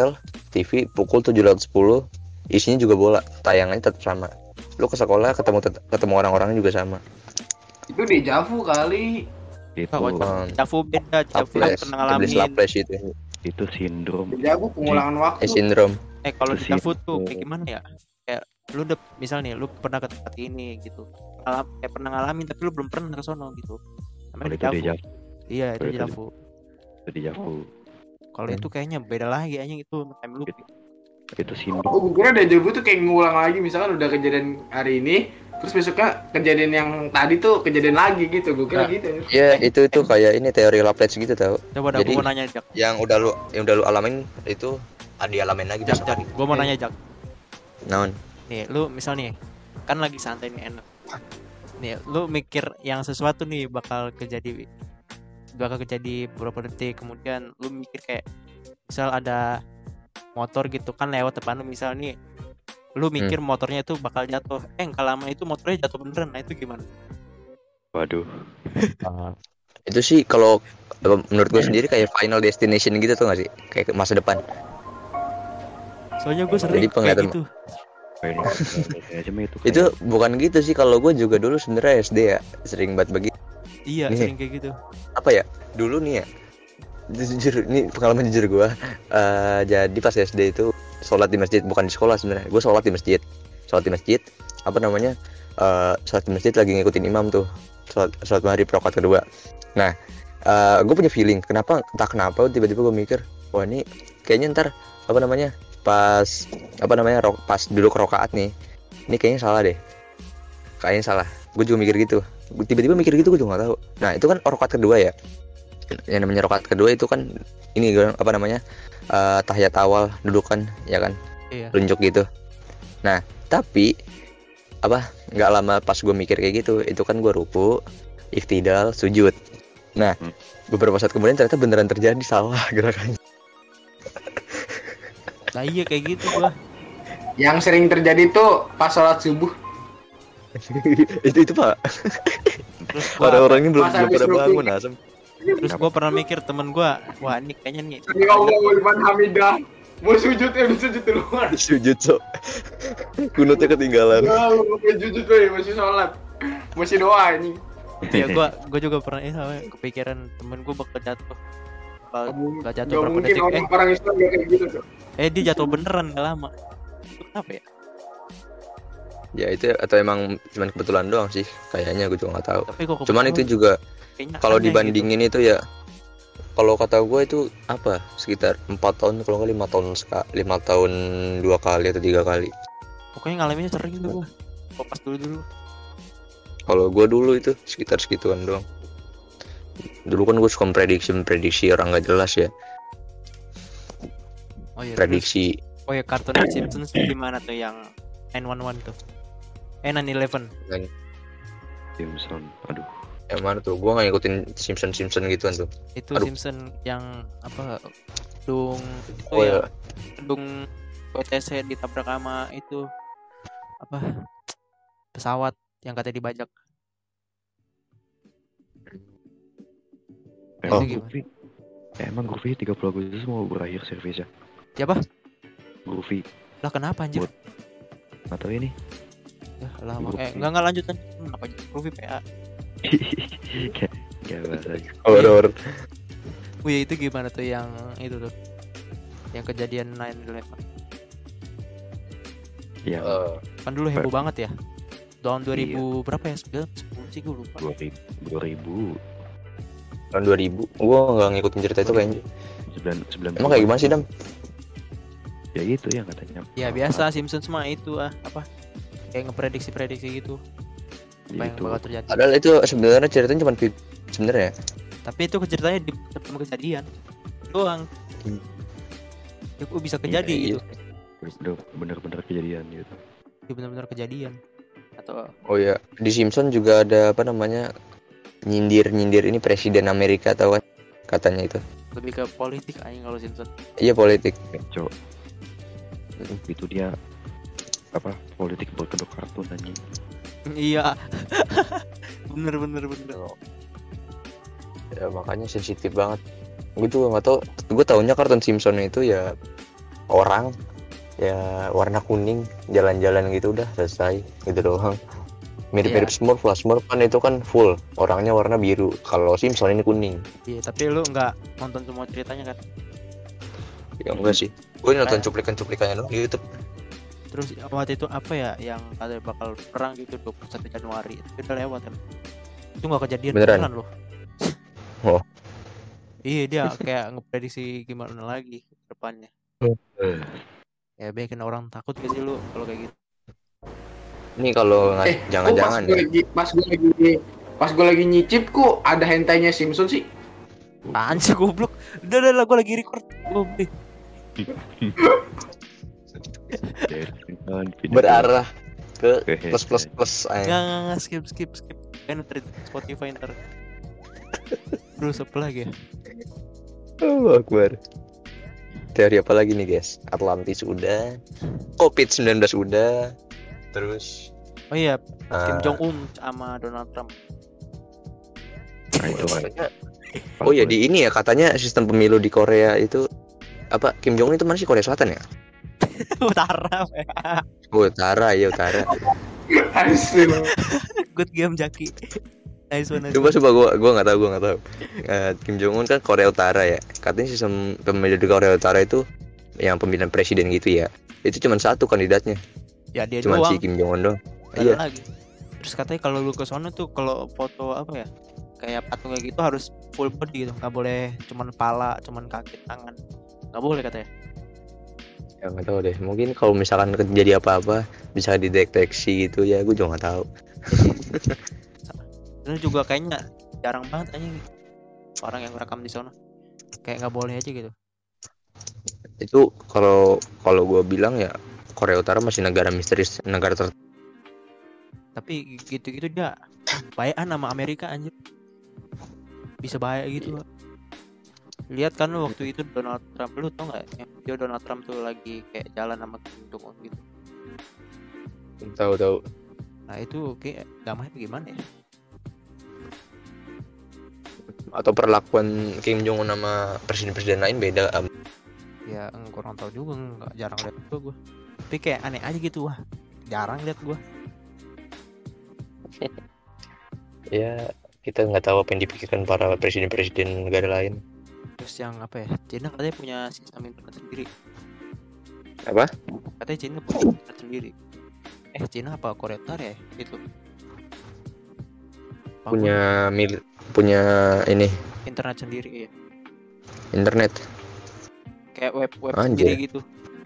T V pukul tujuh lewat sepuluh, isinya juga bola, tayangannya tetap sama. Lu ke sekolah ketemu tet- ketemu orang-orangnya juga sama. Itu dejavu kali. Itu Oh, Bang. Javu beda, Javu Laples, pernah iblis ngalamin. laples itu. itu sindrom. Dejavu pengulangan waktu. Eh sindrom. Eh kalau di Itu sih. Javu tuh kayak gimana ya? Kayak lu udah misal nih, lu pernah ke tempat ini gitu. Alam, kayak pernah ngalamin tapi lu belum pernah ke sono gitu. Kalau Namanya itu Javu. deja Iya, itu Kalau itu Javu. itu deja vu. Kalau Hmm. itu kayaknya beda lagi kayaknya itu time loop. Itu sindrom. Oh, gue kira dejavu tuh kayak ngulang lagi, misalkan udah kejadian hari ini, terus besoknya kejadian yang tadi tuh kejadian lagi gitu. Gue kira Nah. gitu. Ya itu itu kayak ini teori laples gitu tau. Coba dah Jadi- gua mau nanya Jak. Yang udah lu yang udah lu alamin itu ada dialamin lagi Jak, besok Jak. hari. Gua mau nanya Jak. Naon? Nih, lu misal nih kan lagi santai nih enak. Nih, lu mikir yang sesuatu nih bakal kejadi bakal kejadi beberapa detik kemudian lu mikir kayak misal ada motor gitu kan lewat depan lu misal nih lu mikir motornya itu bakal jatuh eh nggak lama itu motornya jatuh beneran nah itu gimana? Waduh. Itu sih kalau eh, menurut gue sendiri kayak final destination gitu tuh gak sih? Kayak masa depan. Soalnya gue sering Jadi kayak penglihatan- gitu. Kayak aja mah itu. Itu bukan gitu sih, kalau gue juga dulu sebenarnya S D ya sering banget begitu. Iya Nih. sering kayak gitu. Apa ya? Dulu nih ya. Jujur, ini pengalaman jujur gue. Eh, jadi pas S D itu sholat di masjid, bukan di sekolah sebenarnya. Gue sholat di masjid. Sholat di masjid. Apa namanya? Eh, sholat di masjid lagi ngikutin imam tuh. Sholat, sholat maghrib rakaat kedua. Nah, eh gue punya feeling. Kenapa? Entah kenapa tiba-tiba gue mikir, wah ini kayaknya ntar apa namanya? Pas apa namanya? Ro- pas dulu ke rakaat nih. Ini kayaknya salah deh. Kayaknya salah. Gue juga mikir gitu. Gua tiba-tiba mikir gitu, gue juga nggak tahu. Nah itu kan rakaat kedua ya. Yang namanya rakaat kedua itu kan ini apa namanya? Eh, tahiyat awal dudukan ya kan, Iya. lunjuk gitu. Nah tapi apa nggak lama pas gue mikir kayak gitu, itu kan gue ruku, iktidal, sujud. Nah Hmm. beberapa saat kemudian ternyata beneran terjadi salah gerakannya. Nah iya kayak gitu gua. Yang sering terjadi tuh pas sholat subuh. itu itu pak, Terus gua orang-orang ini belum Masa belum habis pada ruku. bangun asem. terus gua pernah mikir temen gua, wah ini kayaknya nih Ya Allah, Iman Hamidah. Mau sujud ya udah sujud duluan. Sujud so, kunutnya ketinggalan. Ya Allah, mau sujud weh, masih sholat. Masih doa ini. ya gua gua juga pernah eh, sama kepikiran temen gua bakal jatuh. Bakal bakal jatuh Gak berapa mungkin detik orang, eh orang Islam gak kayak gitu tuh. eh dia jatuh beneran gak lama. Itu kenapa ya? Ya itu atau emang cuman kebetulan doang sih, kayaknya gue juga nggak tahu. Tapi kok Cuman itu juga kayaknya kalau aneh gitu. dibandingin itu ya, kalau kata gue itu apa sekitar empat tahun kalau nggak lima tahun sekali, lima tahun dua kali atau tiga kali. Pokoknya ngalaminnya sering tuh gua. Kok pas dulu-dulu. Kalau gue dulu itu sekitar segituan doang. Dulu kan gue suka prediksi prediksi orang nggak jelas ya, Oh iya. terus- prediksi. Oh ya kartun Simpsons tuh gimana tuh yang nine one one tuh? Eh nine eleven. Simpson. Aduh. Yang mana tuh? Gue nggak ngikutin Simpson Simpson gituan tuh. Itu Aduh. Simpson yang apa? Gedung itu Oh ya. ya, Gedung W T C ditabrak sama itu apa? Pesawat yang katanya dibajak. Emang Itu Groovy. Eh, emang Groovy tiga puluh Agustus mau berakhir servisnya. Siapa? Groovy. Lah kenapa anjir? Buat- Nggak tahu ini. Ya lama. Groovy. Eh enggak enggak lanjut lanjut. Kenapa aja? Groovy P A. Kayak kayak bahasa aja. horor. Oh ya itu gimana tuh yang itu tuh? Yang kejadian nine eleven. Yang Eh, Kan dulu heboh banget ya. Tahun dua ribu Iya. berapa ya? sembilan sepuluh sih gue lupa. dua ribu dua ribu tahun dua ribu, gue nggak ngikutin cerita itu kayaknya. sembilan sembilan. Emang kayak gimana sih Dam? Ya itu yang katanya. Ya biasa Simpsons mah itu ah apa? Kayak ngeprediksi-prediksi gitu. Apa yang Itu. bakal terjadi. Padahal itu sebenarnya ceritanya cuma fit sebenarnya. Tapi itu ceritanya di sama kejadian doang. Hmm. Ya kok bisa kejadi Iya, gitu. Bener bener-bener kejadian gitu. Itu benar-benar kejadian. Atau Oh ya, di Simpson juga ada apa namanya nyindir-nyindir ini presiden Amerika tahu kan katanya itu. lebih ke politik aja kalau Simpsons. Iya politik. Cok. Itu dia apa politik berkedok kartun anjing. Iya. bener bener bener. Ya makanya sensitif banget. Gue juga nggak tahu. Gue taunya kartun Simpson itu ya orang ya warna kuning jalan-jalan gitu udah selesai gitu doang. Mirip-mirip Iya. Smurf lah. Smurf kan itu kan full orangnya warna biru, kalau Simpson ini kuning. Iya, tapi lu nggak nonton semua ceritanya kan? Ya enggak sih, gue nonton Kayak- cuplikan-cuplikannya doang di YouTube. Terus waktu itu apa ya yang katanya bakal perang gitu dua puluh satu Januari itu udah lewat kan? Itu nggak kejadian Beneran? loh. Oh. Iya, dia kayak ngeprediksi gimana lagi ke depannya. Ya bikin orang takut gak sih lu kalau kayak gitu? Ini kalau nggak Eh, jangan-jangan kok pas gue ya. lagi pas gue lagi pas gue lagi nyicip kok ada hentainya Simpson sih. Apaan sih goblok? Udah udah lah gue lagi record. Gue beli. Berarah ke Hehehe. plus plus plus Nggak, aja. nggak, nggak, skip skip skip. Kan ntar di Spotify ntar. Terus apa lagi ya? Oh, Akbar. Teori apa lagi nih guys? Atlantis udah, covid sembilan belas udah, terus Oh iya, Kim ah, Jong Un sama Donald Trump. Nah, itu kan. katanya- oh ya di ini ya katanya sistem pemilu di Korea itu apa Kim Jong Un itu mana sih, Korea Selatan ya? Utara. Oh, utara ya utara. Aduh. Good game Jaki. Nice one, nice Coba one. coba gua gua nggak tahu gua nggak tahu. Eh, Kim Jong Un kan Korea Utara ya. Katanya sistem pemilu di Korea Utara itu yang pemilihan presiden gitu ya. Itu cuma satu kandidatnya, Ya dia cuma doang. si Kim Jong Un doang. Nggak ada Iya. lagi. Terus katanya kalau lu ke sono tuh kalau foto apa ya? Kayak patung kayak gitu harus full body gitu. Nggak boleh cuman kepala, cuman kaki, tangan. Nggak boleh katanya. Ya nggak tahu deh. Mungkin kalau misalkan terjadi apa-apa bisa dideteksi gitu ya. Gue juga nggak tahu. Terus juga kayaknya jarang banget aja gitu. Orang yang rekam di sono. Kayak nggak boleh aja gitu. Itu kalau kalau gue bilang ya Korea Utara masih negara misterius, negara ter Tapi gitu-gitu dia bayan sama Amerika anjir. Bisa bahaya gitu. Lihat kan lu waktu itu Donald Trump, lu tau nggak yang video Donald Trump tuh lagi kayak jalan sama Kim Jong Un gitu. tahu tahu. Nah itu kayak damai gimana ya? Atau perlakuan Kim Jong Un sama presiden-presiden lain beda. Am. Ya eng, kurang tahu juga, nggak jarang lihat gua gua. Tapi kayak aneh aja gitu wah. Jarang lihat gua. Ya kita nggak tahu apa yang dipikirkan para presiden-presiden negara lain. Terus yang apa ya? Cina katanya punya sistem internet sendiri. Apa? Katanya Cina punya internet sendiri. Eh Cina apa Korea Utara ya? Itu. Apa Punya mil punya ini gua internet sendiri ya. internet. Kayak web web Anjir. sendiri gitu.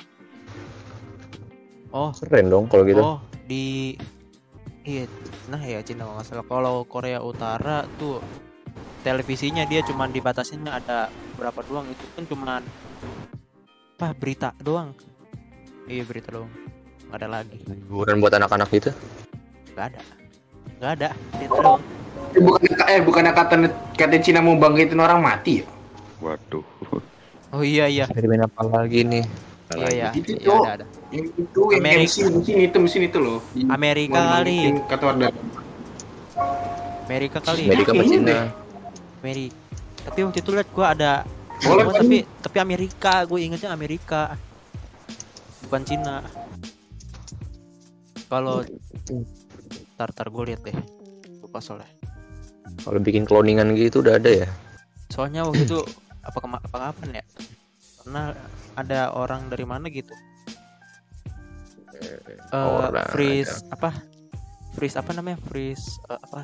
Oh, Keren dong kalau gitu. oh di iya, nah ya Cina kalau nggak salah. Kalau Korea Utara tuh televisinya dia cuman dibatasinnya ada berapa doang, itu pun cuman apa berita doang. Iya berita doang, nggak ada lagi, Bukan buat anak-anak gitu. nggak ada, nggak ada berita doang. Eh, bukan eh bukan kata kata Cina mau bangkitin orang mati ya? Waduh. Oh iya iya Dari main apa lagi nih? iya iya, Gitu, iya Cok. ada ada. Yang itu yang Amerika. mesin mesin itu mesin itu loh. Amerika Mau kali, bangkitin kata Wardah. Amerika kali, Amerika apa Kayaknya Cina? deh. Amerika. Tapi waktu itu lihat gua ada, Boleh, oh, kan? tapi tapi Amerika, gue ingetnya Amerika, bukan Cina. Kalau tar tar gue lihat deh, lupa soalnya. Kalau bikin cloningan gitu udah ada ya. Soalnya waktu itu apa kema- apa kapan ya? Karena ada orang dari mana gitu. Eh Orang freeze apa? Freeze apa namanya? Freeze eh, apa?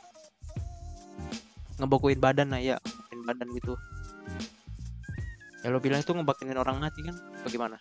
Ngebekuin badan nah ya, ngebekuin badan gitu. Ya lo bilang itu ngebakinin orang mati kan? Bagaimana?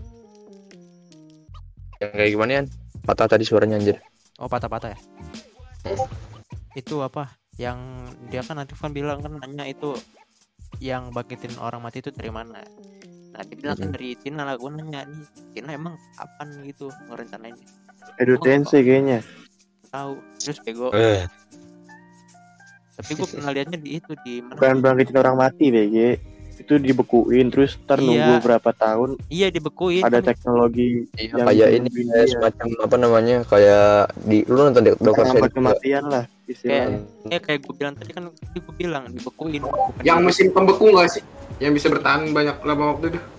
Yang kayak gimana ya? Patah tadi suaranya anjir. Oh patah-patah ya? Itu apa? Yang dia kan nanti kan bilang kan nanya itu yang bangkitin orang mati itu dari mana? Nah dia bilang kan Mm-mm. dari Cina lah. Gue nanya nih Cina emang kapan gitu ngerencanainnya? Edu Tensei kayaknya. Tahu terus bego. Eh, Tapi gue pernah liatnya di itu di mana? Bukan bangkitin orang mati B G. Itu dibekuin terus ntar Iya. nunggu berapa tahun Iya dibekuin. ada kan. teknologi iya, yang kayak ini bikin kayak dia. semacam apa namanya? Kayak di lu nonton Dok- dokter sampai Sleep nggak? kematian lah Kayak istilahnya. ya kayak gue bilang tadi kan tadi gue bilang dibekuin. bukan Yang di- mesin pembeku nggak sih? Yang bisa bertahan banyak lama waktu itu.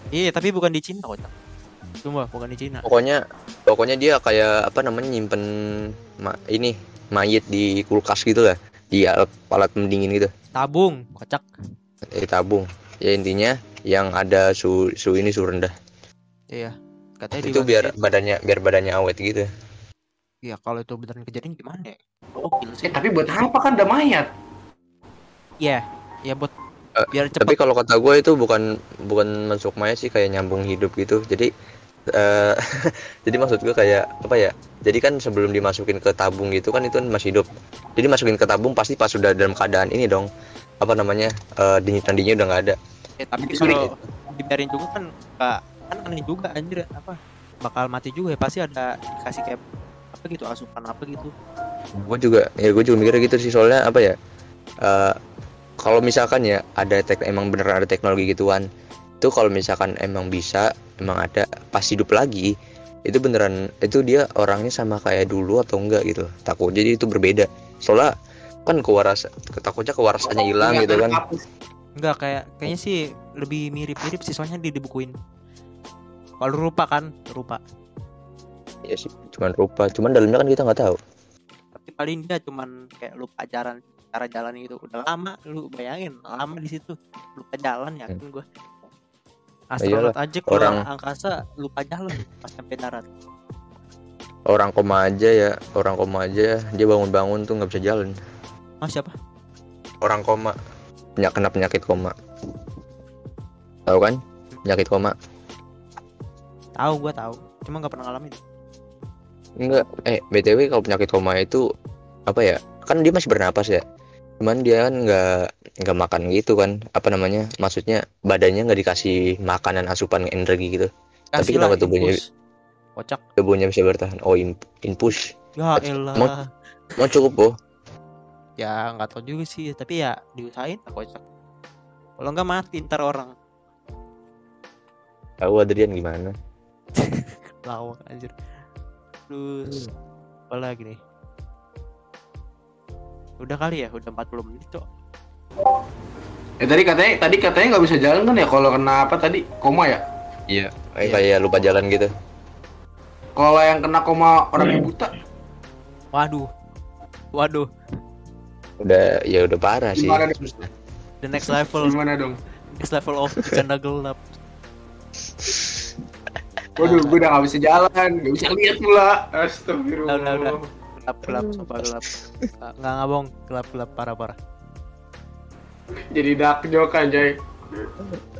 Iya, tapi bukan di Cina kocak. Sumpah, bukan di Cina. Pokoknya pokoknya dia kayak apa namanya nyimpen ma- ini mayit di kulkas gitu lah, di alat, alat pendingin gitu, Tabung, kocak. di tabung. Ya intinya yang ada su su ini su rendah. Iya. Katanya Itu di biar Indonesia- badannya biar badannya awet gitu. Iya, kalau itu beneran kejadian gimana ya? Oh, gila sih. Eh tapi buat apa kan ada mayat? Iya, ya buat Eh, biar Tapi cepat. kalau kata gue itu bukan bukan masuk mayat sih, kayak nyambung hidup gitu. Jadi eh jadi maksud gue kayak apa ya? Jadi kan sebelum dimasukin ke tabung gitu kan itu kan masih hidup. Jadi masukin ke tabung pasti pas sudah dalam keadaan ini dong. Apa namanya? Eh denyut-nadinya udah nggak ada. Eh, tapi Itu kalau dibiarin juga kan nggak, kan aneh juga anjir, apa bakal mati juga ya, pasti ada dikasih kayak apa gitu, asupan apa gitu. Gue juga ya gue juga mikir gitu sih, soalnya apa ya? Eh kalau misalkan ya ada tek emang beneran ada teknologi gituan, itu kalau misalkan emang bisa, emang ada pas hidup lagi, itu beneran itu dia orangnya sama kayak dulu atau enggak gitu. Takut jadi itu berbeda. Soalnya kan kewaras takutnya kewarasannya hilang gitu kan. Enggak, kayak kayaknya sih lebih mirip-mirip sih, soalnya di dibukuin. Kalau rupa kan, rupa. Ya sih, cuman rupa, cuman dalamnya kan kita nggak tahu. Tapi paling dia cuman kayak lupa jalan, cara jalan gitu. Udah lama, lu bayangin, lama di situ lupa jalan, yakin gue. Astronot aja keluar orang- angkasa lupa jalan pas sampai darat. Orang koma aja ya, orang koma aja dia bangun-bangun tuh nggak bisa jalan. Mas siapa? Orang koma, penyakit kena penyakit koma. Tahu kan? Penyakit koma. Tahu, gua tahu. Cuma nggak pernah ngalamin. Enggak, eh B T W kalau penyakit koma itu apa ya? Kan dia masih bernapas ya. Cuman dia kan nggak nggak makan gitu kan? Apa namanya? Maksudnya badannya nggak dikasih makanan asupan energi gitu. Tapi Kasih kenapa lah tubuhnya infus. Kocak. tubuhnya bisa bertahan? Oh, in, inpush. Ya Mau- elah. Mau cukup oh. Ya nggak tahu juga sih, tapi ya diusahain lah kocak. Kalau nggak mati ntar orang. Tahu Adrian gimana? Lawak anjir. Terus apa lagi nih? Udah kali ya, udah empat puluh menit, Cok. Eh tadi katanya tadi katanya nggak bisa jalan kan ya kalau kena apa tadi koma ya? Iya. Kayak lupa jalan gitu. Kalau yang kena koma orang yang buta Waduh. Waduh, Udah ya udah parah sih. gimana dong? the next level, Gimana dong? next level of bercanda gelap. Waduh, gue udah nggak bisa jalan, nggak bisa lihat pula. Astagfirullah. Udah, udah, udah. Gelap, gelap, sumpah gelap. Nggak nggak ngabong, gelap, gelap, parah, parah. Jadi dark joke anjay.